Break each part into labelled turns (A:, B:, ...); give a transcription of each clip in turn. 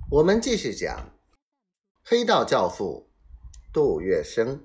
A: 我们继续讲黑道教父杜月笙。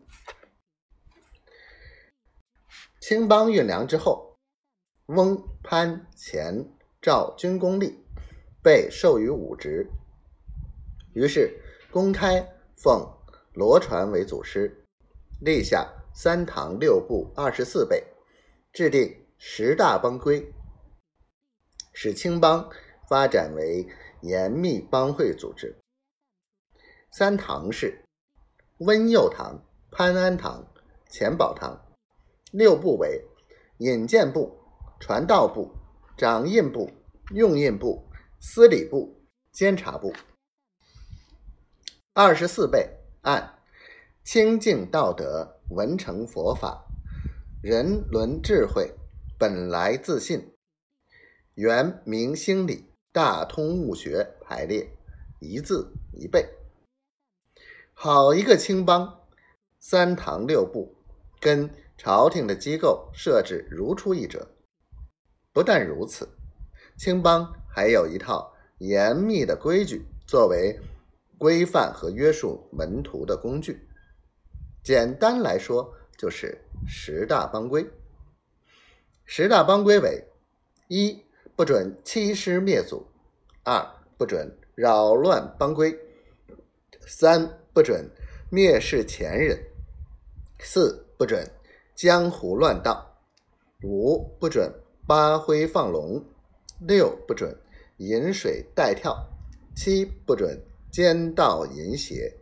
A: 青帮运粮之后，翁、潘、钱、赵军功立被授予武职，于是公开奉罗传为祖师，立下3堂6部24备，制定10大帮规，使青帮发展为严密帮会组织。3堂是温佑堂、潘安堂、钱宝堂。6部为引荐部、传道部、掌印部、用印部、司礼部、监察部。24备按清净道德、文成佛法、人伦智慧、本来自信、圆明心理、大通物学排列，一字一备。好一个青帮，3堂6部，跟朝廷的机构设置如出一辙。不但如此，青帮还有一套严密的规矩，作为规范和约束门徒的工具。简单来说，就是10大帮规。10大帮规为：1. 不准欺师灭祖； 2. 不准扰乱帮规； 3. 不准蔑视前人； 4. 不准江湖乱道； 5. 不准扒灰放龙； 6. 不准饮水带跳； 7. 不准奸盗淫邪；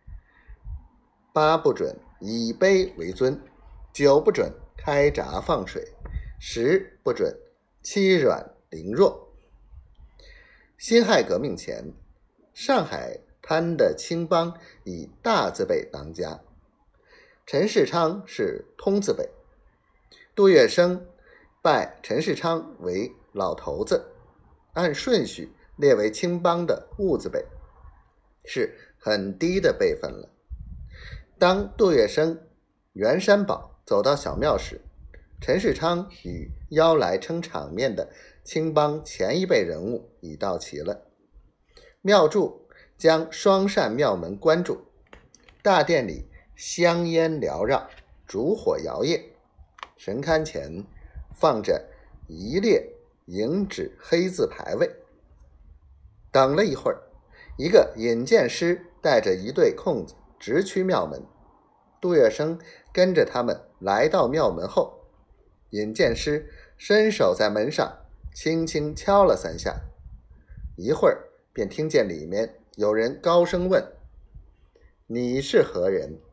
A: 8. 不准以卑为尊； 9. 不准开闸放水； 10. 不准欺软凌弱。辛亥革命前，上海滩的青帮以大字辈当家，陈世昌是通字辈，杜月笙拜陈世昌为老头子，按顺序列为青帮的物字辈，是很低的辈分了。当杜月笙、袁山宝走到小庙时，陈世昌与邀来撑场面的青帮前一辈人物已到齐了。庙祝将双扇庙门关住，大殿里香烟缭绕，烛火摇曳，神龛前放着一列银纸黑字牌位。等了一会儿，一个引荐师带着一队空子直趋庙门，杜月笙跟着他们来到庙门后，引荐师伸手在门上轻轻敲了3下，一会儿便听见里面有人高声问：“你是何人？”